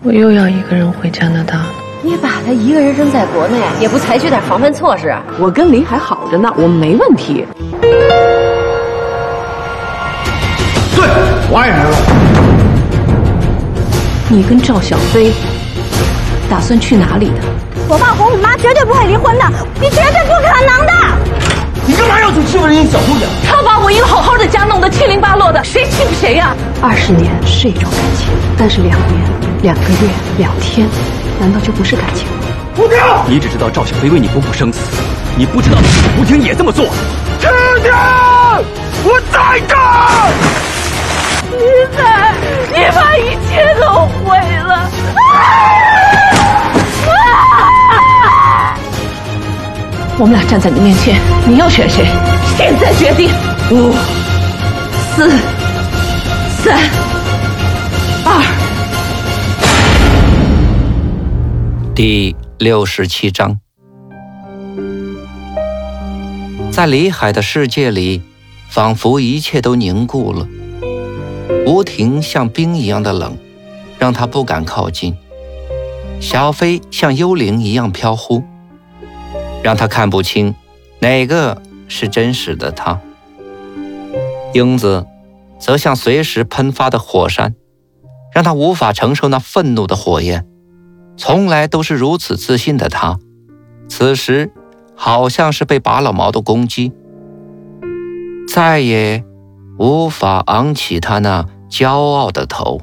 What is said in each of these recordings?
我又要一个人回加拿大了。 你把他一个人扔在国内，也不采取点防范措施？ 我跟李海好着呢，我没问题。 对，我爱人了。 你跟赵小飞打算去哪里的？ 我爸和我妈绝对不会离婚的，你绝对不可能的。 你干嘛要去欺负人家小姑娘？ 他把我一个好好的家弄得七零八落的，谁欺负谁呀？20年是一种感情，但是2年、2个月、2天，难道就不是感情？ 吴婷， 你只知道赵小飞为你不顾生死，你不知道吴婷也这么做。 婷婷，我在这儿。 你把一切都毁了。我们俩站在你面前，你要选谁？现在决定。5、4、3、2。 第67章。在李海的世界里，仿佛一切都凝固了。吴婷像冰一样的冷，让他不敢靠近；小飞像幽灵一样飘忽，让他看不清哪个是真实的他。英子则像随时喷发的火山，让他无法承受那愤怒的火焰。从来都是如此自信的他，此时好像是被拔了毛的公鸡，再也无法昂起他那骄傲的头。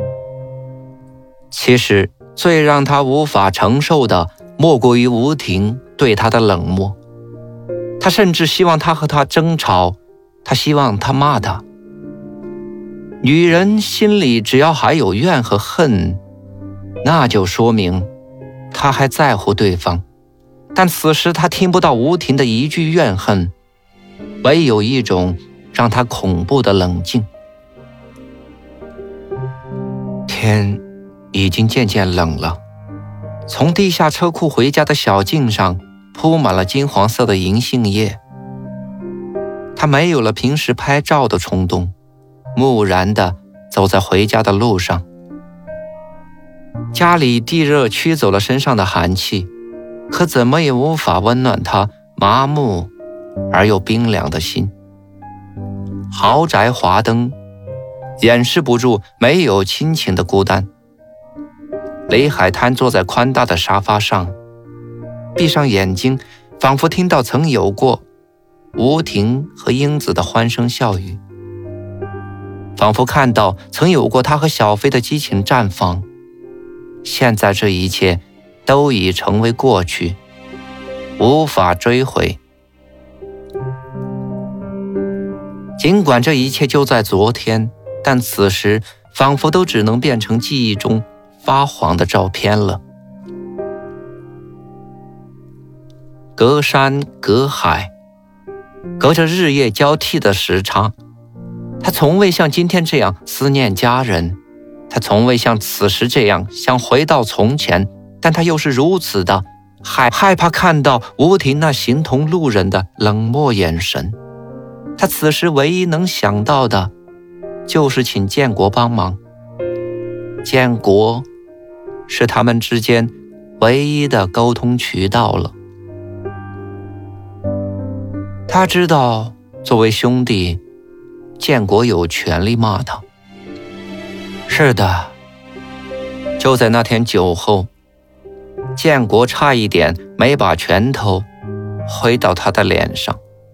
其实最让他无法承受的，莫过于吴婷对他的冷漠。他甚至希望他和他争吵，他希望他骂他。女人心里只要还有怨和恨，那就说明他还在乎对方。但此时他听不到吴婷的一句怨恨，唯有一种让他恐怖的冷静。天已经渐渐冷了，从地下车库回家的小径上铺满了金黄色的银杏叶。他没有了平时拍照的冲动，木然地走在回家的路上。家里地热驱走了身上的寒气，可怎么也无法温暖他麻木而又冰凉的心。豪宅华灯掩饰不住没有亲情的孤单。李海瘫坐在宽大的沙发上，闭上眼睛，仿佛听到曾有过吴婷和英子的欢声笑语，仿佛看到曾有过他和小飞的激情绽放。现在这一切都已成为过去，无法追回。尽管这一切就在昨天，但此时仿佛都只能变成记忆中发黄的照片了。隔山隔海，隔着日夜交替的时差，他从未像今天这样思念家人，他从未像此时这样想回到从前，但他又是如此的害怕看到吴婷那形同路人的冷漠眼神。他此时唯一能想到的就是请建国帮忙。建国是他们之间唯一的沟通渠道了。他知道作为兄弟，建国有权利骂他。是的，就在那天酒后，建国差一点没把拳头挥到他的脸上。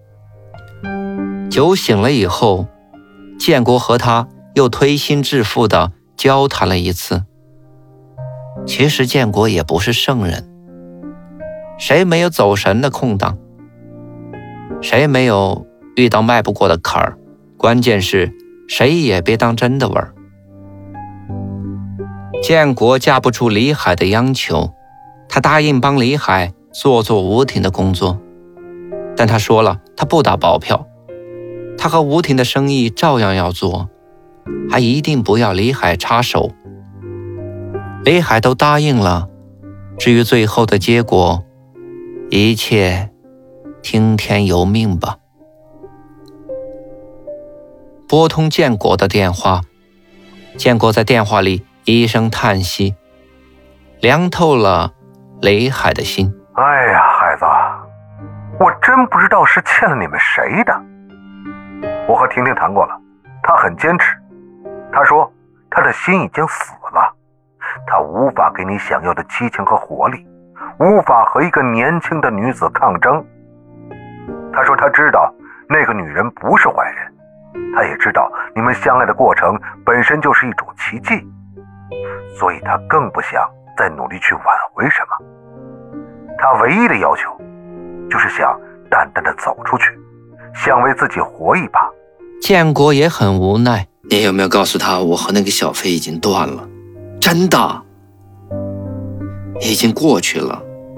酒醒了以后，建国和他又推心置腹地交谈了一次。其实建国也不是圣人，谁没有走神的空档，谁没有遇到迈不过的坎儿，关键是谁也别当真的味儿。建国架不住李海的央求，他答应帮李海做吴婷的工作，但他说了他不打包票，他和吴婷的生意照样要做，还一定不要李海插手。李海都答应了，至于最后的结果，一切听天由命吧。拨通建国的电话，建国在电话里一声叹息， 凉透了雷海的心。 哎呀，孩子，我真不知道是欠了你们谁的。我和婷婷谈过了，她很坚持。她说她的心已经死了，她无法给你想要的激情和活力，无法和一个年轻的女子抗争。她说她知道那个女人不是坏人，她也知道你们相爱的过程本身就是一种奇迹，所以她更不想再努力去挽回什么。她唯一的要求就是想淡淡的走出去，想为自己活一把。 建国也很无奈，你有没有告诉他我和那个小飞已经断了？真的，已经过去了。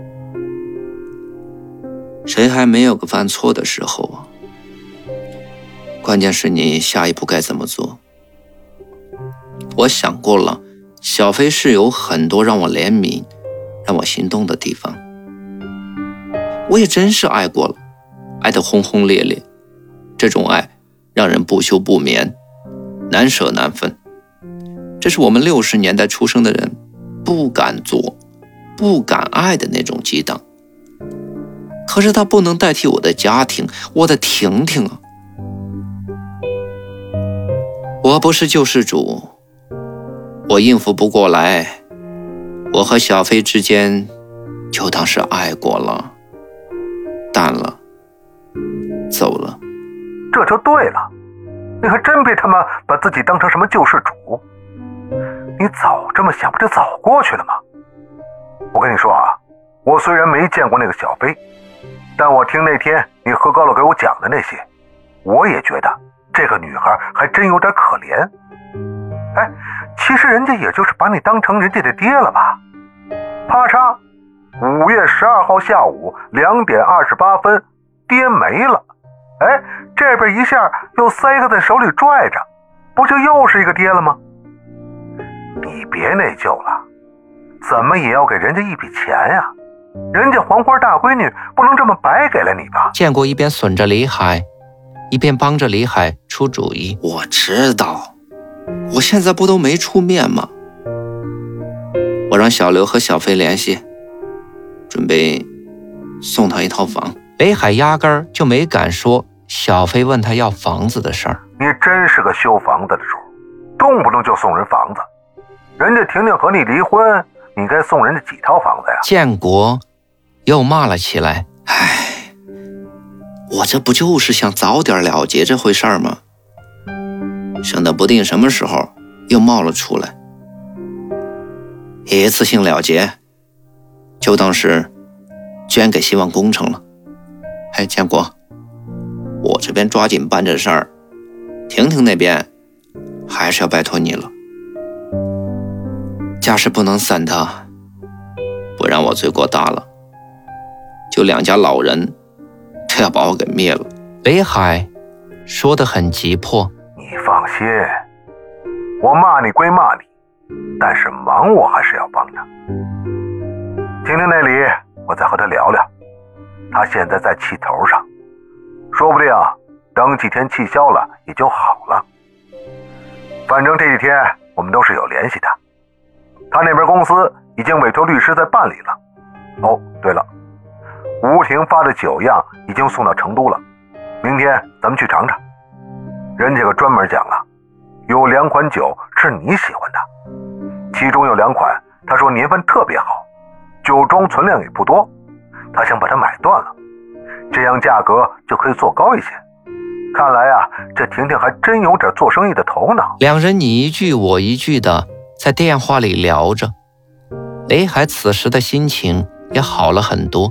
谁还没有个犯错的时候啊？关键是你下一步该怎么做。我想过了，小飞是有很多让我怜悯让我心动的地方。我也真是爱过了，爱得轰轰烈烈，这种爱让人不休不眠，难舍难分。这是我们60年代出生的人不敢做不敢爱的那种激荡。可是它不能代替我的家庭，我的婷婷啊。我不是救世主，我应付不过来，我和小飞之间就当是爱过了，淡了，走了。 这就对了，你还真别他妈把自己当成什么救世主，你早这么想不就早过去了吗？我跟你说啊，我虽然没见过那个小飞，但我听那天你喝高了给我讲的那些，我也觉得这个女孩还真有点可怜。哎，其实人家也就是把你当成人家的爹了吧。啪嚓，5月12号下午2点28分，爹没了。哎，这边一下又塞个在手里拽着，不就又是一个爹了吗？你别内疚了，怎么也要给人家一笔钱呀，人家黄花大闺女不能这么白给了你吧。 建国一边损着李海，一边帮着李海出主意。我知道，我现在不都没出面吗？我让小刘和小飞联系，准备送他一套房。雷海压根儿就没敢说小飞问他要房子的事儿。 你真是个修房子的主，动不动就送人房子。人家婷婷和你离婚，你该送人家几套房子呀？ 建国又骂了起来。唉，我这不就是想早点了结这回事儿吗？省得不定什么时候又冒了出来。一次性了结，就当是捐给希望工程了。哎，建国，我这边抓紧办这事儿，婷婷那边还是要拜托你了。家事不能散的，不然我罪过大了，就2家老人都要把我给灭了。雷海说得很急迫。 你放心，我骂你归骂你，但是忙我还是要帮的。婷婷那里我再和她聊聊，她现在在气头上，说不定等几天气消了也就好了。反正这几天我们都是有联系的，他那边公司已经委托律师在办理了。哦，对了，吴婷发的酒样已经送到成都了，明天咱们去尝尝。人家可专门讲了，有2款酒是你喜欢的，其中有2款他说年份特别好，酒庄存量也不多，他想把它买断了，这样价格就可以做高一些。看来这婷婷还真有点做生意的头脑。 2人你一句我一句的在电话里聊着，雷海此时的心情也好了很多。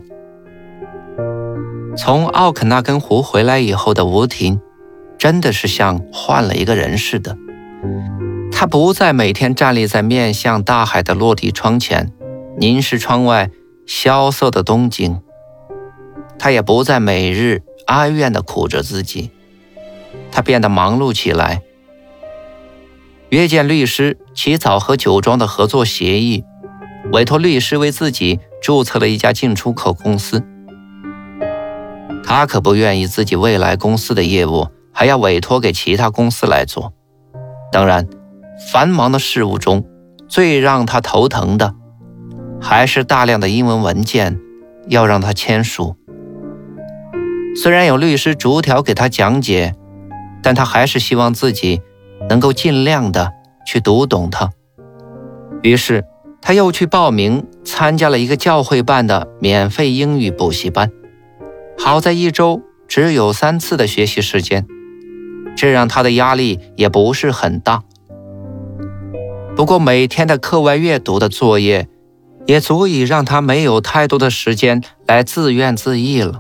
从奥肯纳根湖回来以后的吴婷真的是像换了一个人似的。他不再每天站立在面向大海的落地窗前凝视窗外萧瑟的东京，他也不再每日哀怨地苦着自己，他变得忙碌起来，约见律师，起草和酒庄的合作协议，委托律师为自己注册了一家进出口公司。他可不愿意自己未来公司的业务还要委托给其他公司来做。当然，繁忙的事务中最让他头疼的还是大量的英文文件要让他签署。虽然有律师逐条给他讲解，但他还是希望自己能够尽量的去读懂它。于是他又去报名参加了一个教会办的免费英语补习班。好在一周只有3次的学习时间，这让他的压力也不是很大。不过每天的课外阅读的作业也足以让他没有太多的时间来自怨自艾了。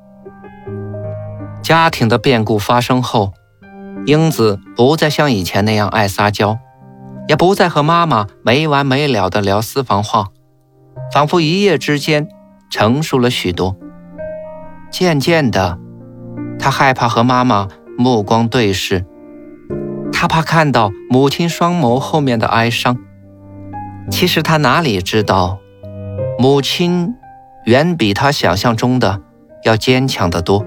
家庭的变故发生后，英子不再像以前那样爱撒娇，也不再和妈妈没完没了地聊私房话，仿佛一夜之间成熟了许多。渐渐的，她害怕和妈妈目光对视，她怕看到母亲双眸后面的哀伤。其实她哪里知道，母亲远比她想象中的要坚强得多。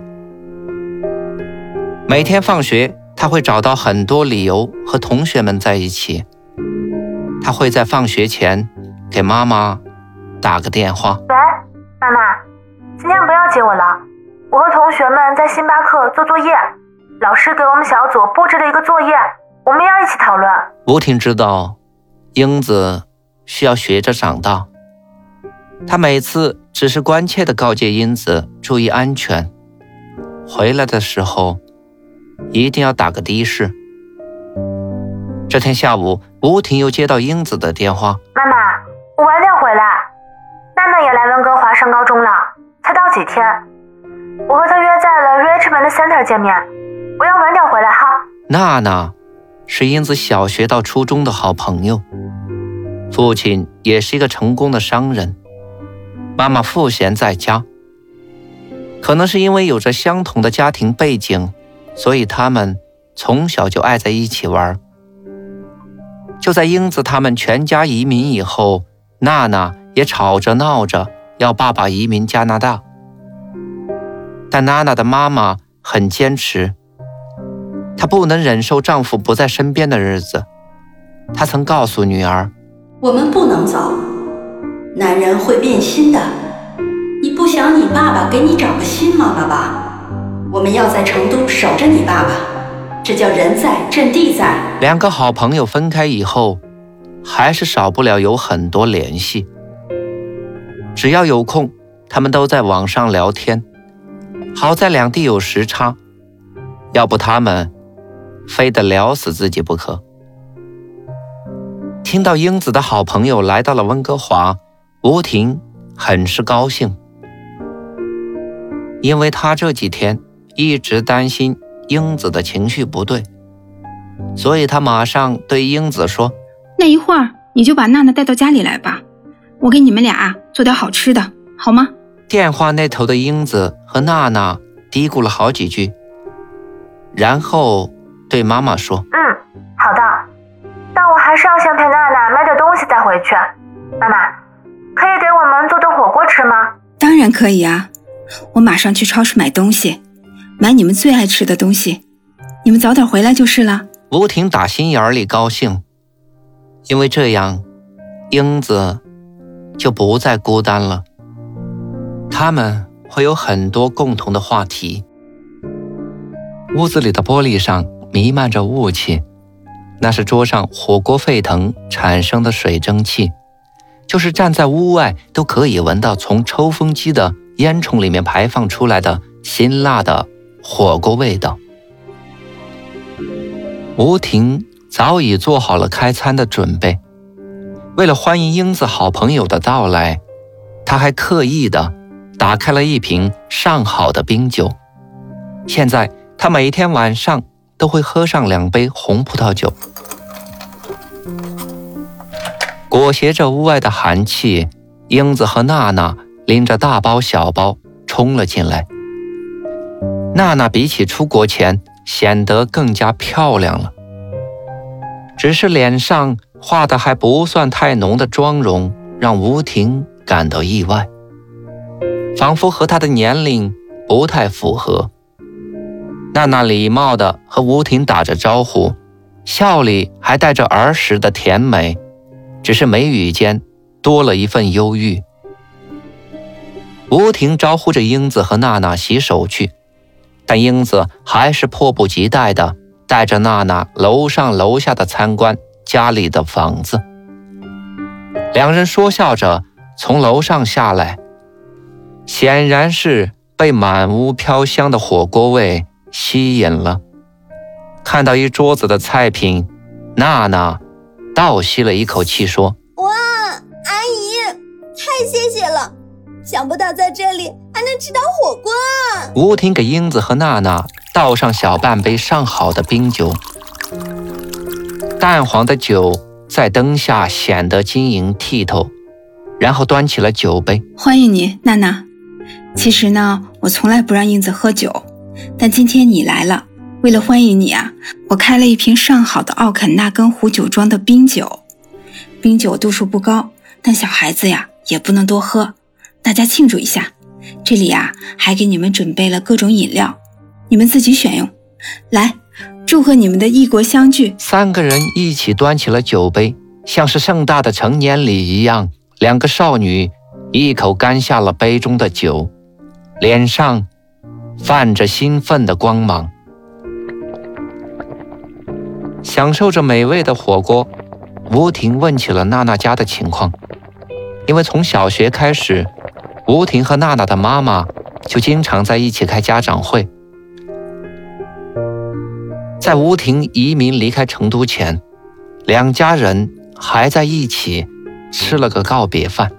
每天放学，她会找到很多理由和同学们在一起。她会在放学前给妈妈打个电话。 喂，妈妈，今天不要接我了，我和同学们在星巴克做作业，老师给我们小组布置了一个作业，我们要一起讨论。 吴婷知道英子需要学着长大，她每次只是关切地告诫英子注意安全，回来的时候一定要打个的士。这天下午，吴婷又接到英子的电话。 妈妈，我晚点回来，娜娜也来温哥华上高中了，才到几天，我和她约在了 Richmond Center 见面，我要晚点回来哈。 娜娜是英子小学到初中的好朋友，父亲也是一个成功的商人，妈妈赋闲在家。可能是因为有着相同的家庭背景，所以他们从小就爱在一起玩。就在英子他们全家移民以后，娜娜也吵着闹着要爸爸移民加拿大。但娜娜的妈妈很坚持，她不能忍受丈夫不在身边的日子。她曾告诉女儿， 我们不能走，男人会变心的，你不想你爸爸给你找个新妈妈吧？我们要在成都守着你爸爸，这叫人在阵地在。 两个好朋友分开以后，还是少不了有很多联系。只要有空，他们都在网上聊天。好在两地有时差，要不他们非得聊死自己不可。听到英子的好朋友来到了温哥华，吴婷很是高兴，因为她这几天一直担心英子的情绪不对，所以她马上对英子说， 那一会儿你就把娜娜带到家里来吧，我给你们俩做点好吃的，好吗？ 电话那头的英子和娜娜嘀咕了好几句，然后对妈妈说， 好的，但我还是要先陪娜娜买点东西再回去。妈妈，可以给我们做顿火锅吃吗？ 当然可以啊，我马上去超市买东西，买你们最爱吃的东西，你们早点回来就是了。 吴婷打心眼里高兴，因为这样英子就不再孤单了，他们会有很多共同的话题。屋子里的玻璃上弥漫着雾气，那是桌上火锅沸腾产生的水蒸气，就是站在屋外都可以闻到从抽风机的烟囱里面排放出来的辛辣的火锅味道。吴婷早已做好了开餐的准备，为了欢迎英子好朋友的到来，她还刻意的打开了一瓶上好的冰酒。现在她每天晚上都会喝上2杯红葡萄酒。裹挟着屋外的寒气，英子和娜娜拎着大包小包冲了进来。娜娜比起出国前显得更加漂亮了，只是脸上画的还不算太浓的妆容让吴婷感到意外，仿佛和她的年龄不太符合。娜娜礼貌地和吴婷打着招呼，笑里还带着儿时的甜美，只是眉宇间多了一份忧郁。吴婷招呼着英子和娜娜洗手去，但英子还是迫不及待地带着娜娜楼上楼下的参观家里的房子。两人说笑着从楼上下来，显然是被满屋飘香的火锅味吸引了。看到一桌子的菜品，娜娜倒吸了一口气说： 哇，阿姨，太谢谢了，想不到在这里还能吃到火锅啊！ 吴婷给英子和娜娜倒上小半杯上好的冰酒，淡黄的酒在灯下显得晶莹剔透，然后端起了酒杯。 欢迎你，娜娜。其实呢，我从来不让英子喝酒，但今天你来了，为了欢迎你啊，我开了一瓶上好的奥肯纳根湖酒庄的冰酒。冰酒度数不高，但小孩子呀也不能多喝，大家庆祝一下。这里呀还给你们准备了各种饮料，你们自己选用。来，祝贺你们的异国相聚。 三个人一起端起了酒杯，像是盛大的成年礼一样，两个少女一口干下了杯中的酒，脸上泛着兴奋的光芒。享受着美味的火锅，吴婷问起了娜娜家的情况。因为从小学开始，吴婷和娜娜的妈妈就经常在一起开家长会。在吴婷移民离开成都前，两家人还在一起吃了个告别饭。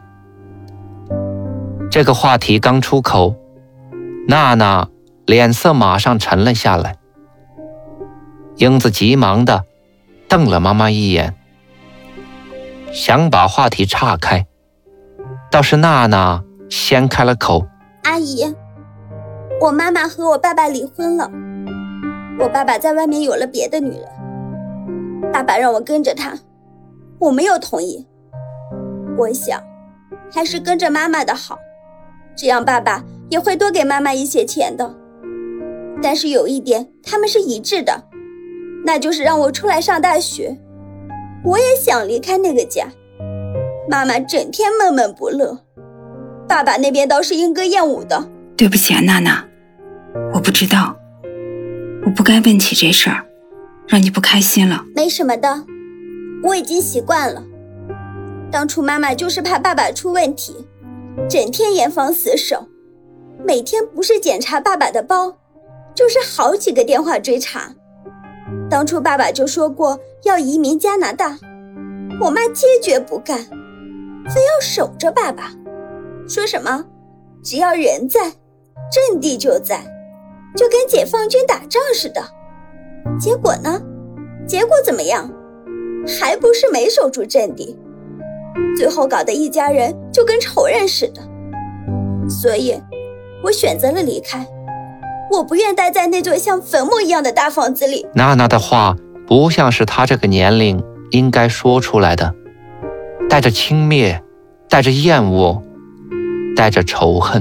这个话题刚出口，娜娜脸色马上沉了下来。英子急忙地瞪了妈妈一眼，想把话题岔开，倒是娜娜先开了口： 阿姨，我妈妈和我爸爸离婚了，我爸爸在外面有了别的女人，爸爸让我跟着他，我没有同意。我想还是跟着妈妈的好，这样爸爸也会多给妈妈一些钱的。但是有一点他们是一致的，那就是让我出来上大学。我也想离开那个家，妈妈整天闷闷不乐，爸爸那边倒是莺歌燕舞的。 对不起啊，娜娜，我不知道，我不该问起这事儿，让你不开心了。 没什么的，我已经习惯了。当初妈妈就是怕爸爸出问题，整天严防死守，每天不是检查爸爸的包，就是好几个电话追查。当初爸爸就说过要移民加拿大，我妈坚决不干，非要守着爸爸，说什么只要人在，阵地就在，就跟解放军打仗似的。结果呢？结果怎么样？还不是没守住阵地，最后搞得一家人就跟仇人似的。所以我选择了离开，我不愿待在那座像坟墓一样的大房子里。 娜娜的话不像是她这个年龄应该说出来的，带着轻蔑，带着厌恶，带着仇恨。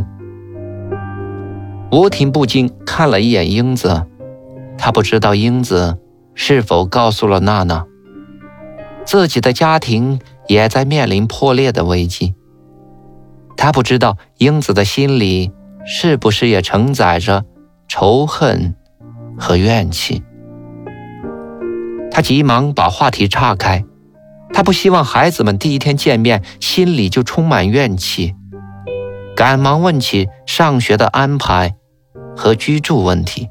吴婷不禁看了一眼英子，她不知道英子是否告诉了娜娜，自己的家庭也在面临破裂的危机。她不知道英子的心里是不是也承载着仇恨和怨气。她急忙把话题岔开，她不希望孩子们第一天见面心里就充满怨气，赶忙问起上学的安排和居住问题。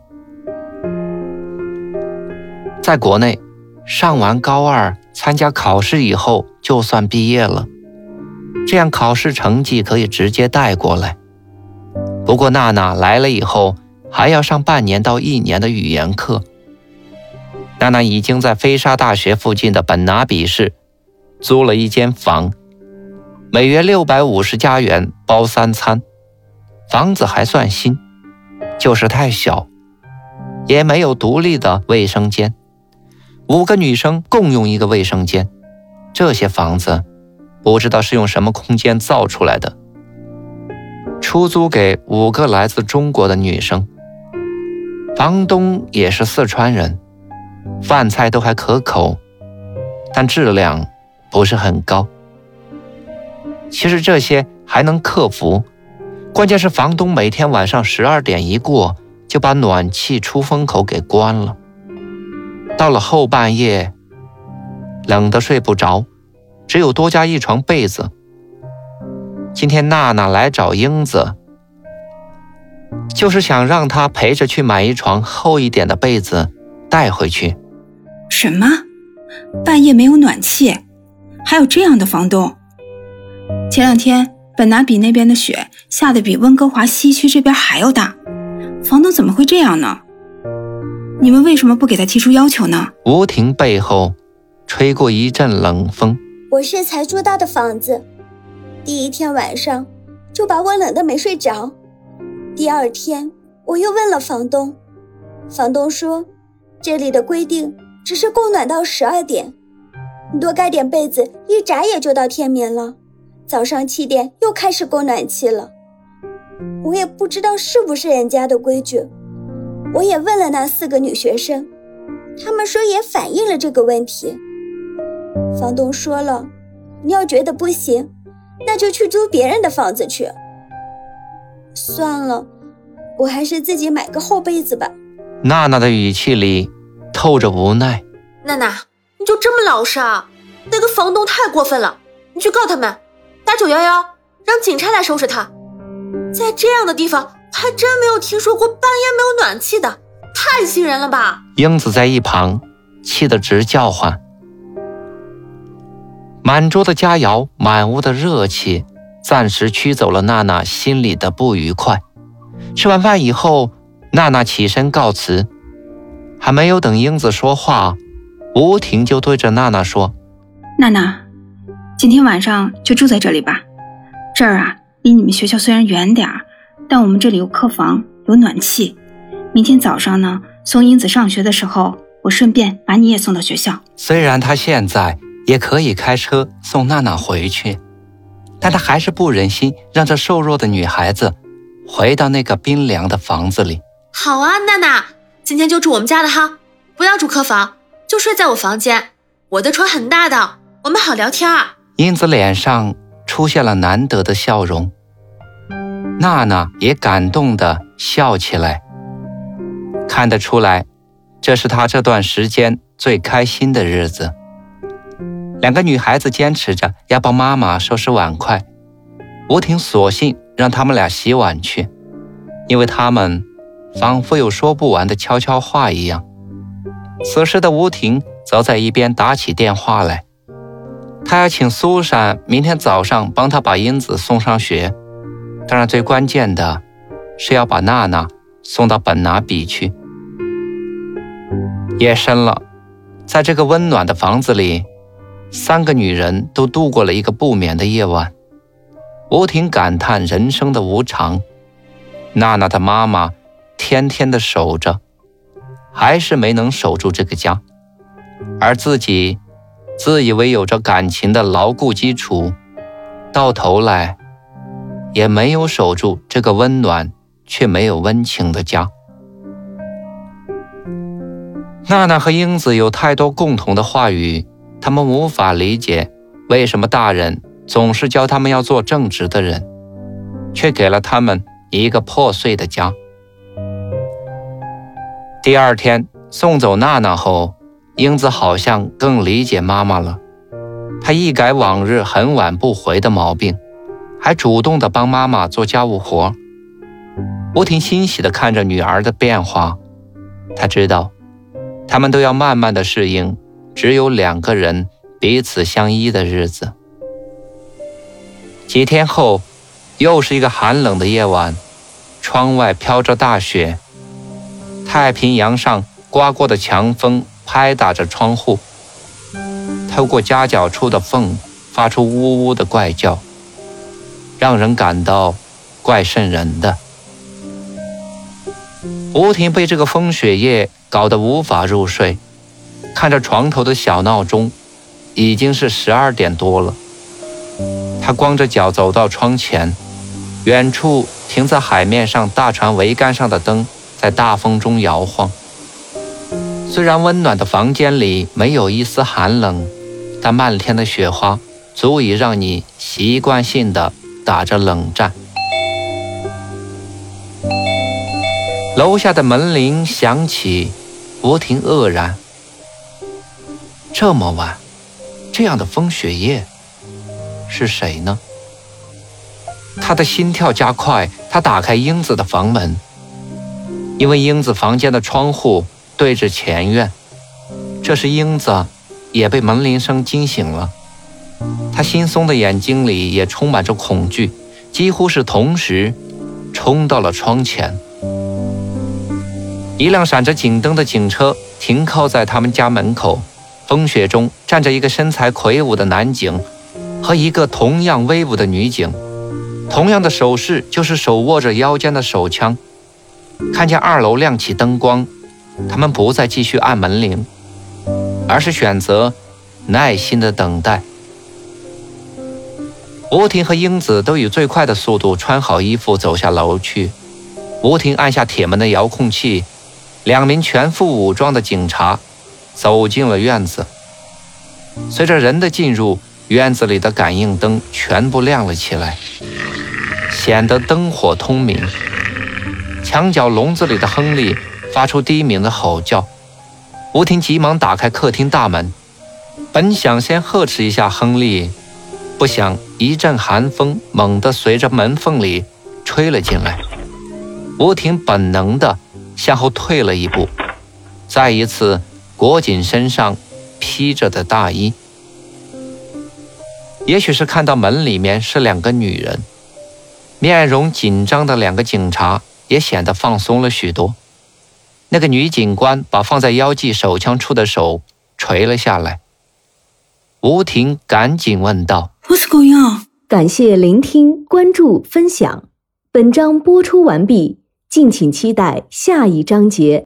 在国内，上完高二参加考试以后就算毕业了，这样考试成绩可以直接带过来。不过娜娜来了以后还要上半年到1年的语言课。娜娜已经在飞沙大学附近的本拿比市租了一间房，每月650加元包3餐，房子还算新，就是太小，也没有独立的卫生间，5个女生共用一个卫生间。这些房子不知道是用什么空间造出来的，出租给5个来自中国的女生。房东也是四川人，饭菜都还可口，但质量不是很高。 其实这些还能克服，关键是房东每天晚上12点一过，就把暖气出风口给关了。到了后半夜，冷得睡不着，只有多加一床被子。今天娜娜来找英子，就是想让她陪着去买一床厚一点的被子带回去。 什么？半夜没有暖气？还有这样的房东？前2天本拿比那边的雪下得比温哥华西区这边还要大，房东怎么会这样呢？你们为什么不给他提出要求呢？ 吴婷背后吹过一阵冷风。 我是才住到的房子，第1天晚上就把我冷得没睡着。第2天我又问了房东，房东说这里的规定只是供暖到12点，你多盖点被子，一眨也就到天明了。早上7点又开始供暖气了。我也不知道是不是人家的规矩，我也问了那4个女学生，她们说也反映了这个问题。房东说了，你要觉得不行，那就去租别人的房子去。算了，我还是自己买个厚被子吧。 娜娜的语气里透着无奈。 娜娜，你就这么老实啊？那个房东太过分了，你去告他们，打911，让警察来收拾他。在这样的地方还真没有听说过半夜没有暖气的，太气人了吧。 英子在一旁气得直叫唤。满桌的佳肴，满屋的热气，暂时驱走了娜娜心里的不愉快。吃完饭以后，娜娜起身告辞，还没有等英子说话，吴婷就对着娜娜说： 娜娜，今天晚上就住在这里吧。这儿啊，离你们学校虽然远点儿，但我们这里有客房，有暖气。明天早上呢，送英子上学的时候，我顺便把你也送到学校。 虽然她现在也可以开车送娜娜回去，但她还是不忍心让这瘦弱的女孩子回到那个冰凉的房子里。 好啊，娜娜，今天就住我们家的哈，不要住客房，就睡在我房间，我的床很大的，我们好聊天啊。 英子脸上出现了难得的笑容，娜娜也感动地笑起来。看得出来，这是她这段时间最开心的日子。2个女孩子坚持着要帮妈妈收拾碗筷，吴婷索性让他们俩洗碗去，因为他们仿佛有说不完的悄悄话一样。此时的吴婷则在一边打起电话来，她要请苏珊明天早上帮她把英子送上学，当然最关键的是要把娜娜送到本拿比去。夜深了，在这个温暖的房子里，3个女人都度过了一个不眠的夜晚。吴婷感叹人生的无常，娜娜的妈妈天天的守着，还是没能守住这个家，而自己自以为有着感情的牢固基础，到头来也没有守住这个温暖却没有温情的家。娜娜和英子有太多共同的话语，他们无法理解为什么大人总是教他们要做正直的人，却给了他们一个破碎的家。第2天送走娜娜后，英子好像更理解妈妈了。她一改往日很晚不回的毛病，还主动地帮妈妈做家务活。吴婷欣喜地看着女儿的变化，她知道他们都要慢慢地适应只有2个人彼此相依的日子。几天后，又是一个寒冷的夜晚，窗外飘着大雪，太平洋上刮过的强风拍打着窗户，透过夹角处的缝发出呜呜的怪叫，让人感到怪瘆人的。吴婷被这个风雪夜搞得无法入睡，看着床头的小闹钟，已经是12点多了。她光着脚走到窗前，远处停在海面上大船桅杆上的灯在大风中摇晃。虽然温暖的房间里没有一丝寒冷，但漫天的雪花足以让你习惯性的打着冷战。楼下的门铃响起，吴婷愕然。这么晚，这样的风雪夜，是谁呢？他的心跳加快，他打开英子的房门，因为英子房间的窗户对着前院。这时英子也被门铃声惊醒了，她惺忪的眼睛里也充满着恐惧，几乎是同时冲到了窗前。一辆闪着警灯的警车停靠在他们家门口，风雪中站着一个身材魁梧的男警和一个同样威武的女警，同样的手势就是手握着腰间的手枪。看见2楼亮起灯光，他们不再继续按门铃，而是选择耐心的等待。吴婷和英子都以最快的速度穿好衣服走下楼去。吴婷按下铁门的遥控器，2名全副武装的警察走进了院子。随着人的进入，院子里的感应灯全部亮了起来，显得灯火通明。墙角笼子里的亨利发出低鸣的吼叫，吴婷急忙打开客厅大门，本想先呵斥一下亨利，不想一阵寒风猛地随着门缝里吹了进来。吴婷本能地向后退了一步，再一次裹紧身上披着的大衣。也许是看到门里面是2个女人，面容紧张的2个警察也显得放松了许多。那个女警官把放在腰际手枪处的手垂了下来。吴婷赶紧问道 What's going on？ 感谢聆听、关注、分享。本章播出完毕，敬请期待下一章节。